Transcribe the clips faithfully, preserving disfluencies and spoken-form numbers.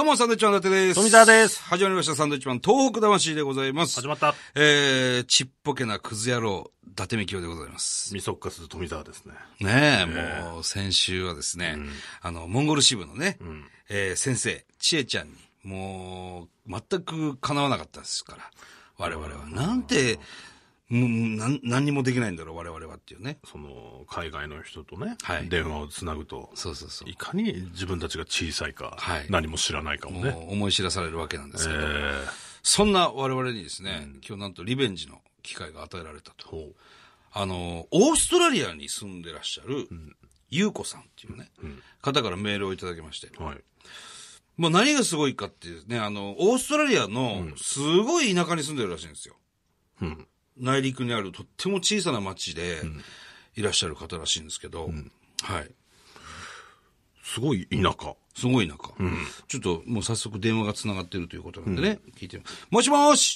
どうも、サンドウィッチマン伊達です。 富澤です。 始まりました、サンドウィッチマン東北魂でございます。 始まった。 えー、ちっぽけなクズ野郎、伊達美京でございます。 みそっかす富澤ですね。 ねえ、もう、先週はですね、うん、あの、モンゴル支部のね、うん、えー、先生、千恵ちゃんに、もう、全く叶わなかったですから、我々は。なんて、もう何、何にもできないんだろう、我々はっていうね。 その、海外の人とね、はい、電話をつなぐと、 そうそうそう。 いかに自分たちが小さいか、はい、何も知らないかもね。 もう思い知らされるわけなんですけど、えー、 そんな我々にですね、うん、今日なんとリベンジの機会が与えられたと。あの、オーストラリアに住んでらっしゃる、うん、ゆうこさんっていうね、うん、方からメールをいただきまして、はい、もう何がすごいかっていうね、あの、オーストラリアのすごい田舎に住んでるらしいんですよ。うん、内陸にあるとっても小さな町でいらっしゃる方らしいんですけど、うん、はい。 すごい田舎。 すごい田舎。うん、ちょっともう早速電話がつながってるということなんでね、うん、聞いてみます。もしもーし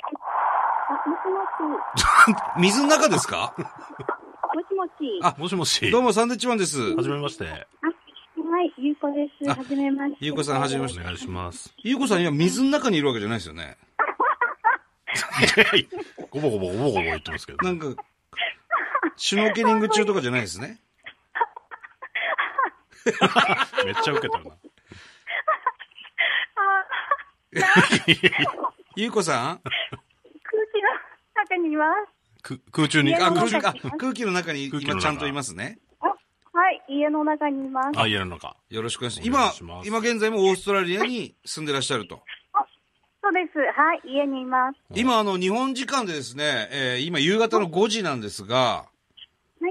水の中ですか？ もしもし。 あ、 もしもし。 どうもサンドウィッチマンです。 はじめまして。 あ、はい、ゆうこです。はじめまして。 ゆうこさんはじめまして。 お願いします。 ゆうこさん今水の中にいるわけじゃないですよね。 ごぼごぼごぼごぼ言ってますけど。 なんか、シュノーケリング中とかじゃないですね。 めっちゃウケたな。 ゆうこさん空気の中にいます。 空中に、 あ、空中あ、空気の中に今ちゃんといますね。 はい、家の中にいます。 あ、家の中。 よろしくお願いします。今、今現在もオーストラリアに住んでらっしゃると。 そうです。はい、家にいます。 今、あの、日本時間でですね、えー、今夕方のごじなんですが、はい。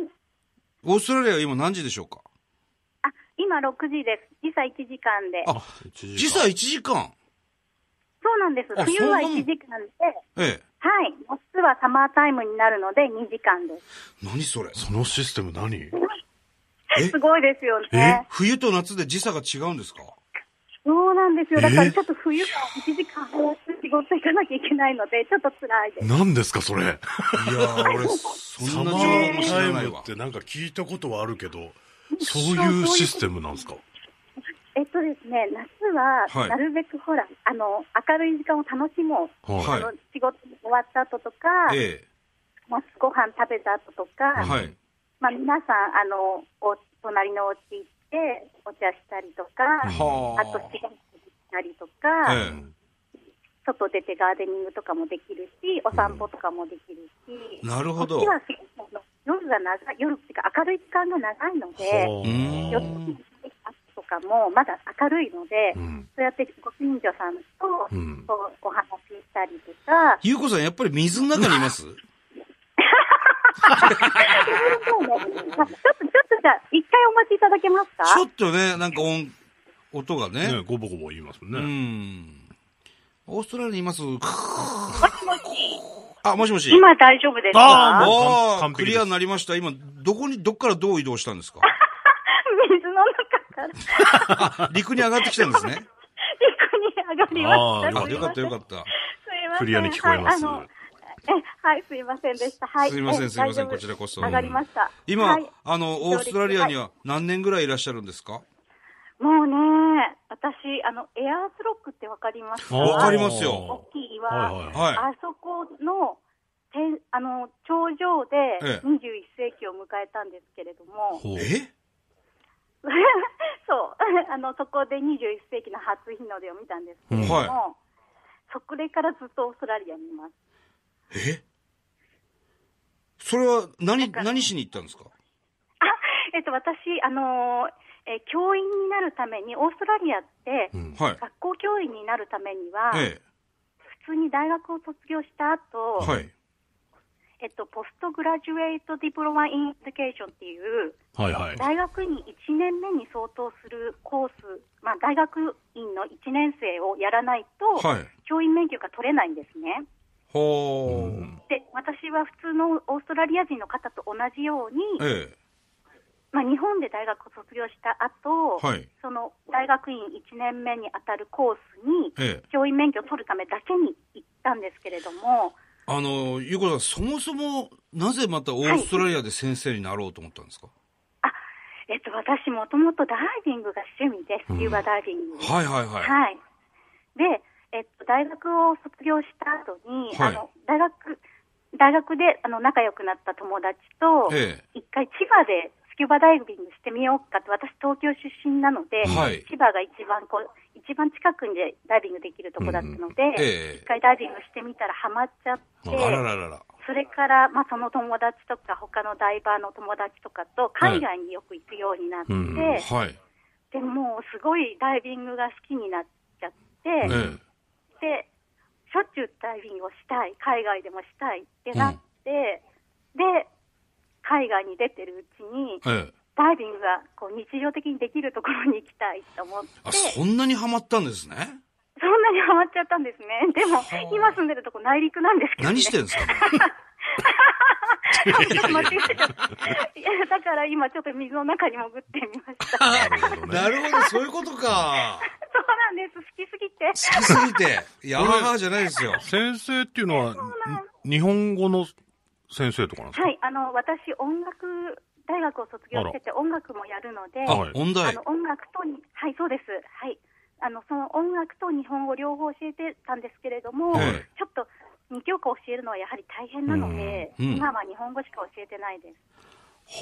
オーストラリアは今何時でしょうか？ あ、今ろくじです。時差いちじかんで。 あ、時差いちじかん？ そうなんです。冬はいちじかんで、 ええ。 はい。夏はサマータイムになるのでにじかんです。 何それ？ そのシステム何？ すごいですよね。 え？冬と夏で時差が違うんですか？ そうなんですよ。だからちょっと冬はいちじかん早く仕事行かなきゃいけないので、ちょっと辛いです。 何ですか、それ。いやー、俺、そんな情報も知らないわ。 ってなんか聞いたことはあるけど、そういうシステムなんですか？ えっとですね、夏はなるべくほら、はい、あの明るい時間を楽しもう、はい、あの仕事終わった後とか、ええ、夏ご飯食べた後とか、はい、まあ、皆さんあのお隣のお家行ってお茶したりとか、あと仕事したりとか、ええ、外出てガーデニングとかもできるし、お散歩とかもできるし、 うん、なるほど。 こっちは夜が長い、夜っていうか明るい時間が長いので、夜とかもまだ明るいので、うん、そうやってご近所さんと、うん、こうお話ししたりとか。 ゆうこさんやっぱり水の中にいます？ちょっと、ちょっとじゃあ一回お待ちいただけますか？ ちょっとね、なんか音、音がね。 ね、ゴボゴボ言いますもんね。 うん。オーストラリアにいます。もしもし。 あ、もしもし。 今大丈夫ですか？ ああ、クリアになりました。今、どこに、どっからどう移動したんですか？ 水の中から。 あ、陸に上がってきたんですね。 陸に上がりました。 ああ、よかったよかった。 すいません。 クリアに聞こえます。 はい、え、はい、すいませんでした。はい。 すいません、すいません、こちらこそ。 上がりました。 今、はい、あの、オーストラリアには何年ぐらいいらっしゃるんですか？ もうね、私、あの、エアーズロックってわかりますか？ わかりますよ。 大きい岩。 はいはい、 あそこの、あの、頂上でにじゅういっ世紀を迎えたんですけれども。 え？ そう。あの、そこでにじゅういっ世紀の初日の出を見たんですけれども、はい、それからずっとオーストラリアにいます。 え？それは何、何しに行ったんですか？ あ、えっと、私、あのー、えー、教員になるために、オーストラリアって、うん、学校教員になるためには、ええ、普通に大学を卒業した後、はい、えっと、ポストグラジュエイトディプロマインエデュケーションっていう、はいはい、大学院いちねんめに相当するコース、まあ、大学院のいちねん生をやらないと、はい、教員免許が取れないんですね。 ほー。 で、私は普通のオーストラリア人の方と同じように、ええ、まあ、日本で大学を卒業した後、はい、その大学院いちねんめにあたるコースに、ええ、教員免許を取るためだけに行ったんですけれども、 あの、ゆうこさん、そもそもなぜまたオーストラリアで先生になろうと思ったんですか？ はい、あ、えっとと、私もともとダイビングが趣味で、スキューバダイビング。うん、 はいはいはい。 はい。で、えっと、大学を卒業した後に、はい、あの、大学、大学で、あの、仲良くなった友達と、ええ、一回千葉でスキューバダイビングしてみようかって、私東京出身なので、はい、千葉が一番こう、一番近くでダイビングできるとこだったので、うんええ、一回ダイビングしてみたらハマっちゃって、 あららららそれから、まあ、その友達とか、他のダイバーの友達とかと、海外によく行くようになって、うんはい、で、もうすごいダイビングが好きになっちゃって、ええ、で、しょっちゅうダイビングをしたい、海外でもしたいってなって、うん、で、海外に出てるうちに、ええ、ダイビングがこう日常的にできるところに行きたいと思って。 あ、そんなにハマったんですね。 そんなにハマっちゃったんですね。でも、今住んでるとこ内陸なんですけど、ね。 何してるんですかちょっと間違えちゃった。いや、だから今ちょっと水の中に潜ってみました。 なるほど、ね、なるほど、そういうことか。 そうなんです。好きすぎて。 好きすぎて。いやーじゃないですよ。 先生っていうのは、日本語の先生とかなんですか？ はい、あの、私、音楽大学を卒業してて、音楽もやるので、 あ、音大。 あの、音楽とに、はい、そうです。はい。あの、その音楽と日本語両方教えてたんですけれども、はい、ちょっとに教科教えるのはやはり大変なので、うん、今は日本語しか教えてないです。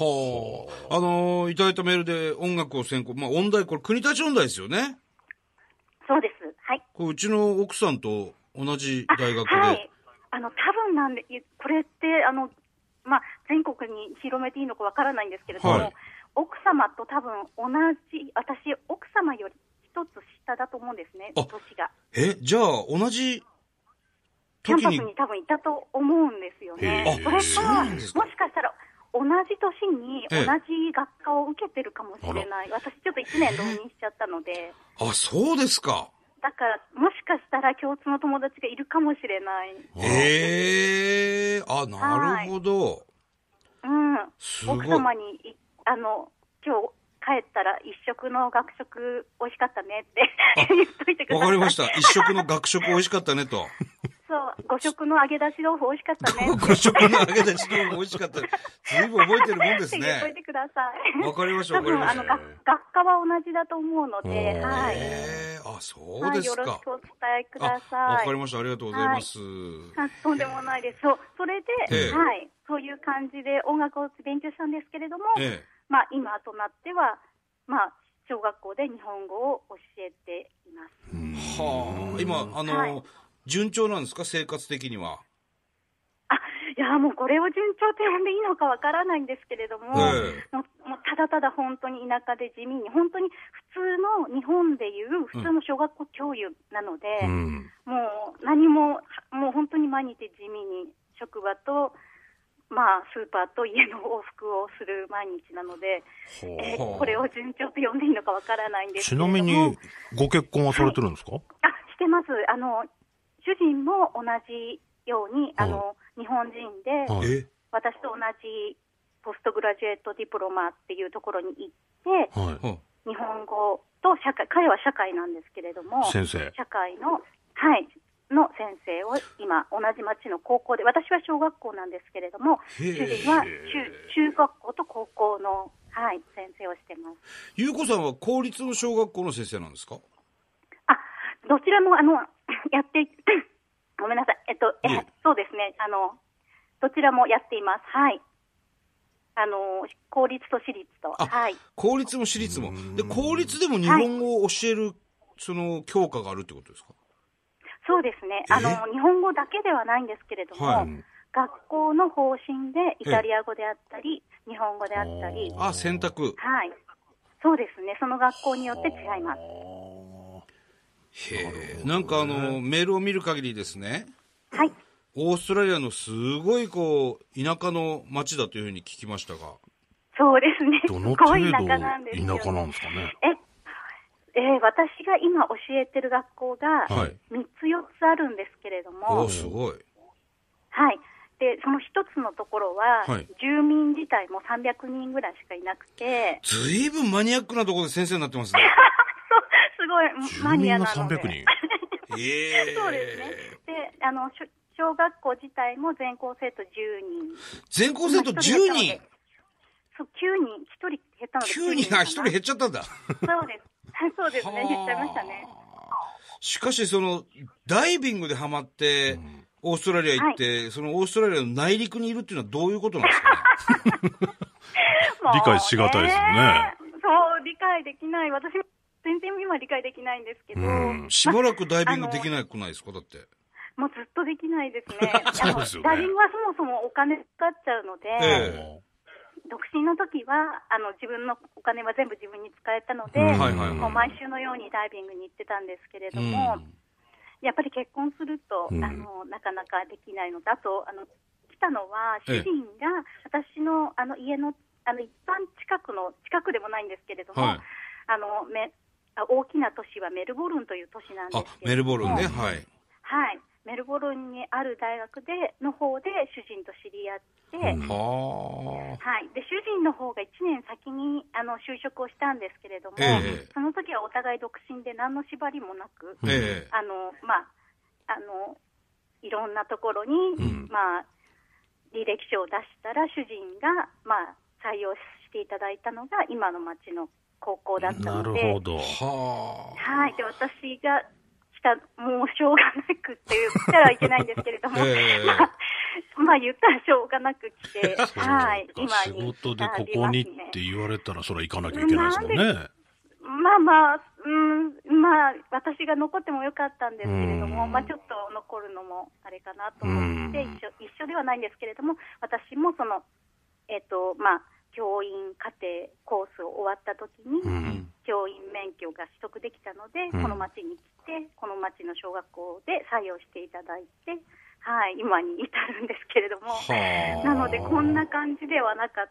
はあ。あのー、いただいたメールで音楽を専攻、まあ音大、これ国立音大ですよね。 そうです。はい。 これうちの奥さんと同じ大学で。 はい。あの、多分なんで、これって、あの、まあ、全国に広めていいのかわからないんですけれども、はい、奥様と多分同じ、私、奥様より一つ下だと思うんですね、年が。 え、じゃあ、同じ時に。 キャンパスに多分いたと思うんですよね。それか、もしかしたら、同じ年に同じ学科を受けてるかもしれない。私、ちょっといちねん浪人しちゃったので。 あ、そうですか。 だから、もしかしたら共通の友達がいるかもしれない。 ええー、あ、なるほど。 うん。奥様に、あの、今日帰ったら一食の学食美味しかったねって言っといてください。 わかりました。一食の学食美味しかったねと。 そう、五食の揚げ出し豆腐美味しかったね。 五食の揚げ出し豆腐美味しかったね。ずいぶん覚えてるもんですね。 言っといてください。 わかりました、わかりました。 多分、あの、学科は同じだと思うので、はい。 えー、あ、そうですか。 はい、よろしくお伝えください。 わかりました、ありがとうございます。 はい、とんでもないです。そう、それで、えー、はい、そういう感じで音楽を勉強したんですけれども、えー、まあ、今となっては、まあ、小学校で日本語を教えています。 はあ、今、あの、はい、順調なんですか、生活的には。 あ、いや、もうこれを順調って呼んでいいのかわからないんですけれども、えー、もう、もうただただ本当に田舎で地味に、本当に普通の日本でいう普通の小学校教諭なので、うん、もう何も、もう本当に毎日地味に職場と、まあ、スーパーと家の往復をする毎日なので、えー、これを順調と呼んでいいのかわからないんですけれども。 ちなみに、ご結婚はされてるんですか？はい、 あ、してます。あの、主人も同じように、あの、はい、日本人で、はい、私と同じポストグラジュエットディプロマっていうところに行って、はい、日本語と社会、彼は社会なんですけれども、 先生。 社会の、はい、の先生を今同じ町の高校で、私は小学校なんですけれども、主人は中、中学校と高校の、はい、先生をしてます。 ゆうこさんは公立の小学校の先生なんですか？ あ、どちらもあの、やって、ごめんなさい。えっと、え、そうですね。あの、どちらもやっています。はい。あの、公立と私立と。はい。 公立も私立も。で、公立でも日本語を教える、はい、その、教科があるってことですか？ そうですね。あの、日本語だけではないんですけれども、はい、学校の方針でイタリア語であったり、日本語であったり。 あ、選択。 はい。そうですね。その学校によって違います。 へえ。なんかあの、メールを見る限りですね。 はい。 オーストラリアのすごいこう、田舎の町だというふうに聞きましたが。 そうですね。 どの程度田舎なんですかね。 え、えー、私が今教えてる学校がみっつよっつあるんですけれども。 お、すごい。 はい。で、その一つのところは、はい、住民自体もさんびゃくにんぐらいしかいなくて。 ずいぶんマニアックなところで先生になってますね。 そう、すごいマニアなので。 住民がさんびゃくにん。 ええー。 そうですね。で、あの、小学校自体も全校生徒じゅうにん。 全校生徒じゅうにん？ そう、きゅうにん、ひとり減ったので。 きゅうにんがひとり減っちゃったんだ。 そうです。そうですね、減っちゃいましたね。 しかし、その、ダイビングでハマって、うん、オーストラリア行って、はい、そのオーストラリアの内陸にいるっていうのはどういうことなんですかね。 理解しがたいですよね。 そう、理解できない。私、全然今理解できないんですけど。うん、 しばらくダイビングできなくないですか、だって。 もうずっとできないですね。そうですよね。ダイビングはそもそもお金かかっちゃうので、えー、独身の時は、あの、自分のお金は全部自分に使えたので、もう毎週のようにダイビングに行ってたんですけれども、うん、やっぱり結婚すると、うん、あの、なかなかできないので、あと、あの、来たのは、主人が、私の、あの、家の、あの、一番近くの、近くでもないんですけれども、はい、あの、め、大きな都市はメルボルンという都市なんですけれども。 あ、メルボルンね、はい。 はい。メルボルンにある大学で、の方で主人と知り合って、うん、はい。で、主人の方がいちねん先に、あの、就職をしたんですけれども、えー、その時はお互い独身で何の縛りもなく、えー、あの、まあ、あの、いろんなところに、うん、まあ、履歴書を出したら主人が、まあ、採用していただいたのが今の町の高校だったので。 なるほど。 ははい。で、私が、もうしょうがなくって言ったらいけないんですけれども、えー、まあ、まあ言ったらしょうがなく来て、はい、今に。 仕事でここにって言われたらそれは行かなきゃいけないですもんね。 まあまあ、うん、まあ私が残ってもよかったんですけれども、まあちょっと残るのもあれかなと思って一緒、一緒ではないんですけれども、私もその、えっと、まあ、教員課程コースを終わった時に、うん、教員免許が取得できたので、うん、この町に来て、この町の小学校で採用していただいて、はい、今に至るんですけれども、なのでこんな感じではなかった。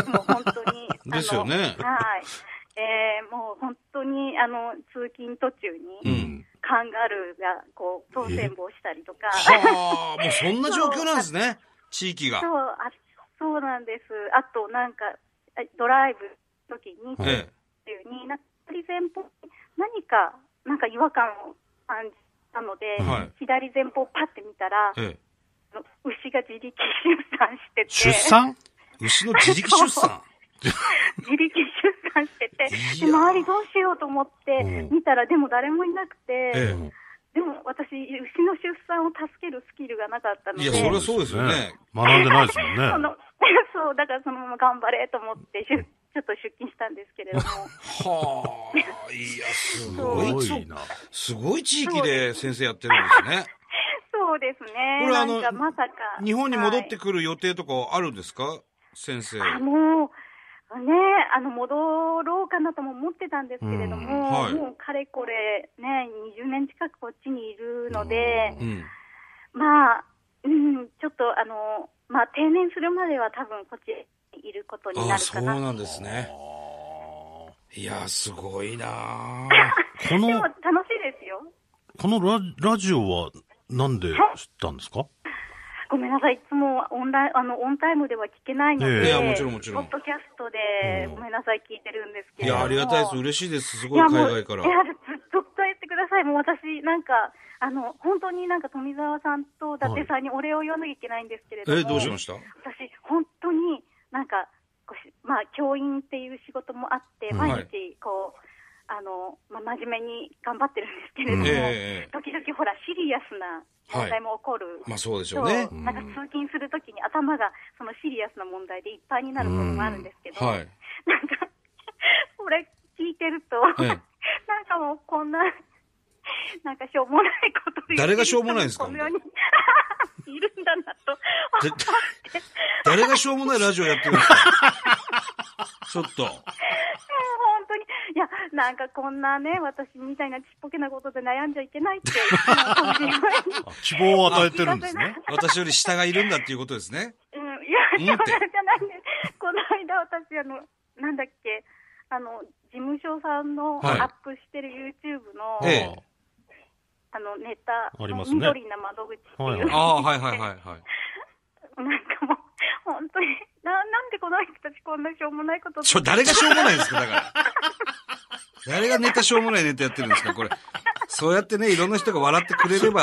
もう本当に。 ですよね。 はい。えー、もう本当に、あの、通勤途中に、うん、カンガルーが、こう、当選簿したりとか。 はあ、もうそんな状況なんですね、地域が。 そう、あそうなんです。あと、なんか、ドライブの時に、ええ、に、なんか、前方に何か、なんか違和感を感じたので、はい、左前方をパッて見たら、ええ、牛が自力出産してて。 出産牛の自力出産自力出産してて、で周りどうしようと思って見たら、でも誰もいなくて、ええ、でも私、牛の出産を助けるスキルがなかったので。 いや、それはそうですよね。 学んでないですもんね。 そのそう、だからそのまま頑張れと思って、ちょっと出勤したんですけれども。 はあ、いや、すごいな。すごい地域で先生やってるんですね。 そうですね。これあの、なんかまさか。 日本に戻ってくる予定とかあるんですか、はい、先生。 あ、もう、ね、あの、戻ろうかなとも思ってたんですけれども、はい、もうかれこれね、にじゅうねん近くこっちにいるので、うん、まあ、うん、ちょっとあの、まあ、定年するまでは多分こっちにいることになるかな。 あ、そうなんですね。いや、すごいなこの、でも楽しいですよ。 このラ、ラジオはなんで知ったんですか？ ごめんなさい、いつもオンライン、あの、オンタイムでは聞けないので、 いや、もちろんもちろん。 ポッドキャストで、ごめんなさい、聞いてるんですけど。 いや、ありがたいです。嬉しいです。すごい海外から。 いや、ずっと言ってください。もう私、なんか、あの、本当になんか富澤さんと伊達さんにお礼を言わなきゃいけないんですけれども。 え、どうしました？ 私、本当になんか、まあ、教員っていう仕事もあって、毎日、こう、あの、まあ、真面目に頑張ってるんですけれども、えー、時々ほら、シリアスな問題も起こる。はい、 まあそうでしょうね。 なんか通勤するときに頭がそのシリアスな問題でいっぱいになることもあるんですけど、はい、なんか、これ聞いてると、えー、なんかもうこんな、なんかしょうもないことで誰がしょうもないんですか？ この世にいるんだなと。 誰がしょうもないラジオやってるんですか？ちょっと。 本当に。いや、なんかこんなね、私みたいなちっぽけなことで悩んじゃいけないって。 希望を与えてるんですね。 私より下がいるんだっていうことですね。 うん、いや、そうなんじゃないんです。この間私、あの、なんだっけ、あの、事務所さんのアップしてる YouTube の、はい、あの、ネタ、 ありますね、 緑な窓口っていう、はいはい。 ああ、はいはいはいはい。 なんかもう、本当に、な、なんでこの人たちこんなしょうもないことちょ、誰がしょうもないんですか、だから。誰がネタしょうもないネタやってるんですか、これ。そうやってね、いろんな人が笑ってくれれば、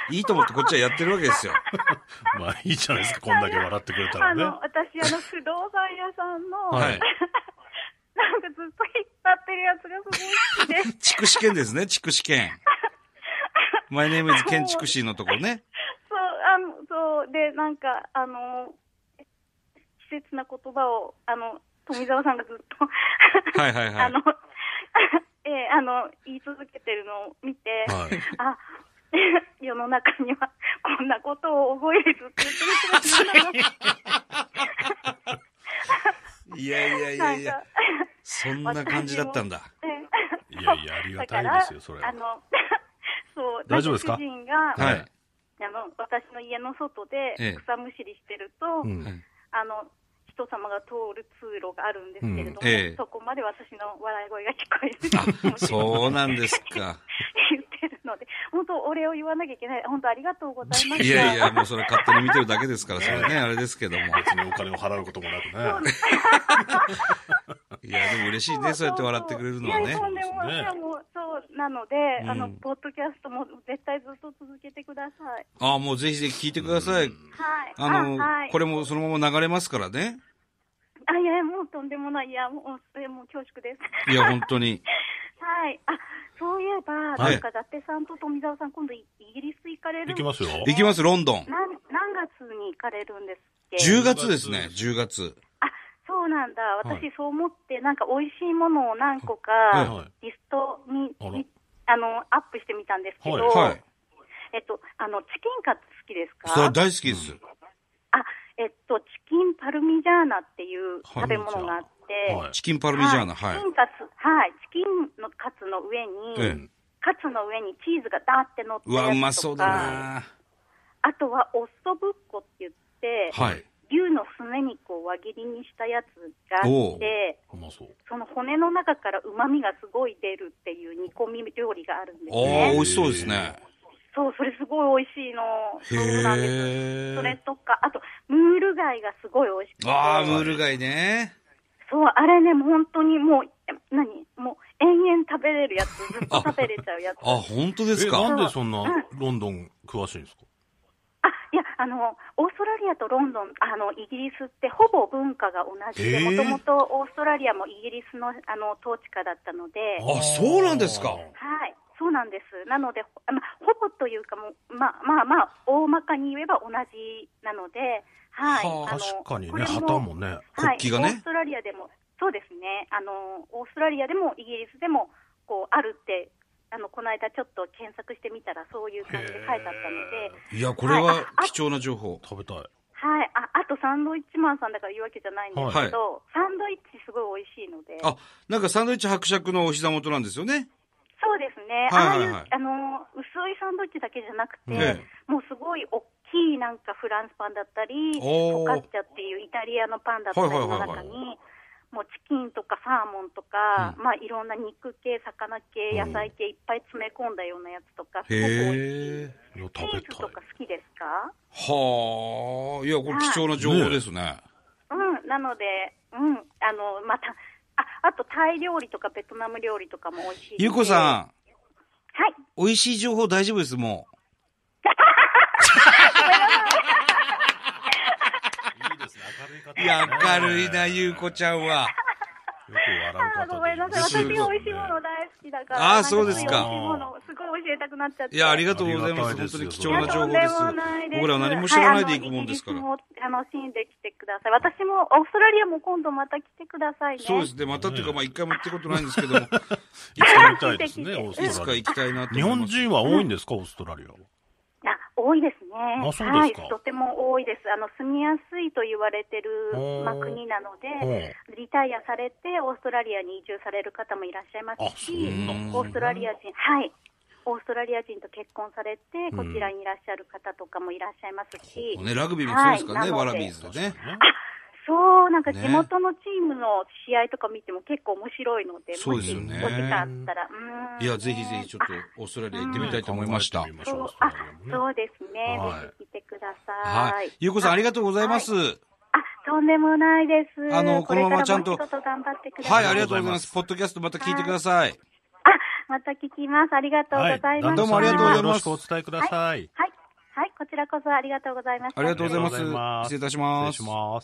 いいと思ってこっちはやってるわけですよ。 まあいいじゃないですか、こんだけ笑ってくれたらね。 あの、私、あの、不動産屋さんの、 はい。 なんかずっと引っ張ってるやつがすごい好きで。 筑紫犬ですね、筑紫犬。マイネームイズ建築士のとこね。 そう、あの、そう、で、なんか、あの、季節な言葉を、あの、富澤さんがずっと、 はいはいはい。 あの、えー、あの、言い続けてるのを見て、はい、あ、世の中にはこんなことを覚えるずっと言ってる人がいるんだな。 いやいやいやいや、そんな感じだったんだ。 いやいや、ありがたいですよ、それ。 あの、そう、 大丈夫ですか？ 主人が、 はい。 あの、私の家の外で草むしりしてると、ええ、うん、あの、人様が通る通路があるんですけれども、うんええ、そこまで私の笑い声が聞こえる。 あ、そうなんですか。 言ってるので、本当お礼を言わなきゃいけない。本当ありがとうございました。 いやいや、もうそれ勝手に見てるだけですから、それね、あれですけども。 別にお金を払うこともなくね。 いや、でも嬉しいね、そうやって笑ってくれるのはね。 いや、とんでもない。もう、そうなので、うん、あの、ポッドキャストも絶対ずっと続けてください。 ああ、もうぜひぜひ聞いてください。はい。あの、はい、これもそのまま流れますからね。 あ、いや、もうとんでもない。いや、もう、それもう恐縮です。 いや、本当に。 はい。あ、そういえば、はい、なんか、伊達さんと富澤さん、今度イギリス行かれるんです行きますよ。 行きます、ロンドン。 何、何月に行かれるんですっけ？ じゅうがつですね、じゅうがつ。 あ、そうなんだ。私、そう思って、なんか、美味しいものを何個か、リストに、あの、アップしてみたんですけど、はい、えっと、あの、チキンカツ好きですか？ それは大好きです。 あ、えっと、チキンパルミジャーナっていう食べ物があって、 はい、チキンパルミジャーナ、はい。 チキンカツ、はい、チキンのカツの上に、ええ、カツの上にチーズがダーって乗ってるやつとか、 うわ、うまそうだな。 あとは、オッソブッコって言って、 はい、 牛のすね肉を輪切りにしたやつがあって、その骨の中から旨味がすごい出るっていう煮込み料理があるんですね。 ああ、美味しそうですね。 そう、それすごい美味しいの。そうなんです。それとか、あと、ムール貝がすごい美味しくて。 ああ、ムール貝ね。 そう、あれね、もう本当にもう、何もう延々食べれるやつ、ずっと食べれちゃうやつ。 あ、本当ですか？ え、なんでそんなロンドン詳しいんですか？ あ、いや、あの、オーストラリアとロンドン、あの、イギリスってほぼ文化が同じで、もともとオーストラリアもイギリスの、あの、統治下だったので。 あ、そうなんですか？ はい。そうなんです。なので、まあ、ほぼというかもう、まあまあまあ、大まかに言えば同じなので、はい。 はあ、確かにね、旗もね、 はい、 国旗がね。 オーストラリアでも、そうですね、あの、オーストラリアでもイギリスでも、こう、あるって、あの、この間ちょっと検索してみたら、そういう感じで書いてあったので。 いや、これは貴重な情報。 食べたい。 はい。あ、あとサンドイッチマンさんだから言うわけじゃないんですけど、はい、サンドイッチすごい美味しいので。 あ、なんかサンドイッチ伯爵のお膝元なんですよね。 そうですね。はいはいはい、ああいう、あの、薄いサンドイッチだけじゃなくて、ね、もうすごい大きいなんかフランスパンだったり、フォカッチャっていうイタリアのパンだったりの中に、もうチキンとかサーモンとか、うん、まあいろんな肉系、魚系、野菜系いっぱい詰め込んだようなやつとか、すごく美味しい。チーズとか好きですか？ はあ、いや、これ貴重な情報ですね。 うん、なので、うん、あの、また、あ、あとタイ料理とかベトナム料理とかも美味しい。 ゆうこさん。 はい。 美味しい情報大丈夫です、もう。 いいですね、明るい方、ね。 いや、明るいな、ゆうこちゃんは。 よく笑う方。 ごめんなさい。私、美味しいもの大好きだから。 ああ、そうですか。 美味しいもの、すごい教えたくなっちゃって。 いや、ありがとうございます。本当に貴重な情報です。僕らは何も知らないでいくもんですから。 はい、楽しんできてください。私も、オーストラリアも今度また来てくださいね。 そうですね。またっていうか、まあ、一回も行ったことないんですけども。 行ってみたいですね、オーストラリア。 いつか行きたいなと思います。 日本人は多いんですか、オーストラリアは。 あ、多いですね。 あ、そうですか。 はい、とても多いです。あの、住みやすいと言われてる、まあ、国なので、リタイアされて、オーストラリアに移住される方もいらっしゃいますし、オーストラリア人、はい。オーストラリア人と結婚されて、こちらにいらっしゃる方とかもいらっしゃいますし。 うん、ね、ラグビーもそうですからね、はい、ワラビーズでね。 そう、なんか地元のチームの試合とか見ても結構面白いので、 そうですよね。 もしお時間あったら、 うん。いや、ぜひぜひちょっとオーストラリア行ってみたいと思いました。 そう、あ、そうですね。ぜひ来てください。はい。 ゆうこさん、ありがとうございます。 あ、とんでもないです。 あの、このままちゃんと。 はい、ありがとうございます。ポッドキャストまた聞いてください。 あ、また聞きます。ありがとうございます。 どうもありがとうございます。 よろしくお伝えください。 はい。 ちらこそありがとうございました。 ありがとうございます。失礼いたします。 失礼します。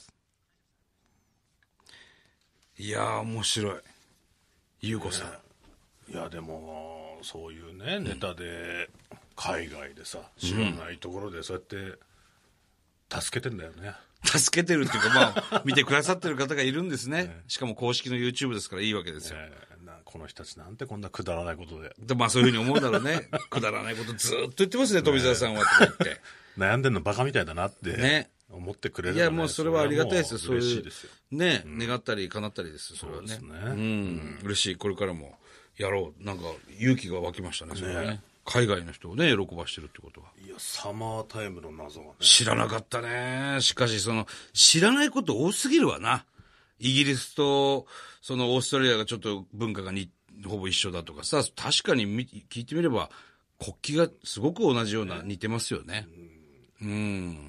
いやー、面白い。ゆうこさん。 ね、いや、でも、そういうね、ネタで、海外でさ、知らないところでそうやって、助けてんだよね。 助けてるっていうか、まあ、見てくださってる方がいるんですね。ね、しかも公式の YouTube ですからいいわけですよ。ね、 この人たちなんてこんなくだらないことで。 でまあそういうふうに思うだろうね。くだらないことずっと言ってますね、富澤さんはとか言って。 悩んでんのバカみたいだなって。ね。思ってくれる、ね、 いや、もうそれはありがたいですよ。 嬉しいですよ。 ね、うん、願ったり叶ったりですよ、それはね。そうですね。うん。うん、嬉しい。これからもやろう。なんか勇気が湧きましたね、それはね。ね、海外の人をね、喜ばしてるってことは。 いや、サマータイムの謎がね。 知らなかったね。しかし、その、知らないこと多すぎるわな。イギリスと、その、オーストラリアがちょっと文化がに、ほぼ一緒だとかさ、確かに聞いてみれば、国旗がすごく同じような、似てますよね。うん。うん。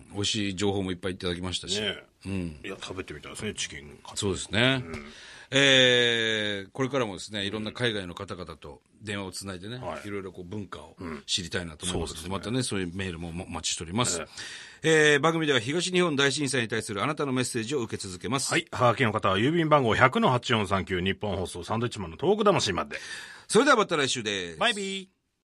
美味しい情報もいっぱいいただきましたし。 ね、うん。いや、食べてみたいですね、チキン。 そうですね。うん、えー、これからもですね、いろんな海外の方々と電話をつないでね、はい、いろいろこう文化を知りたいなと思いますので、うん、またね、そういうメールもお待ちしております。えー、番組では東日本大震災に対するあなたのメッセージを受け続けます。 はい。はがきの方は郵便番号 ひゃくのはちよんさんきゅう 日本放送サンドイッチマンのトーク魂まで。 それではまた来週です。 バイビー。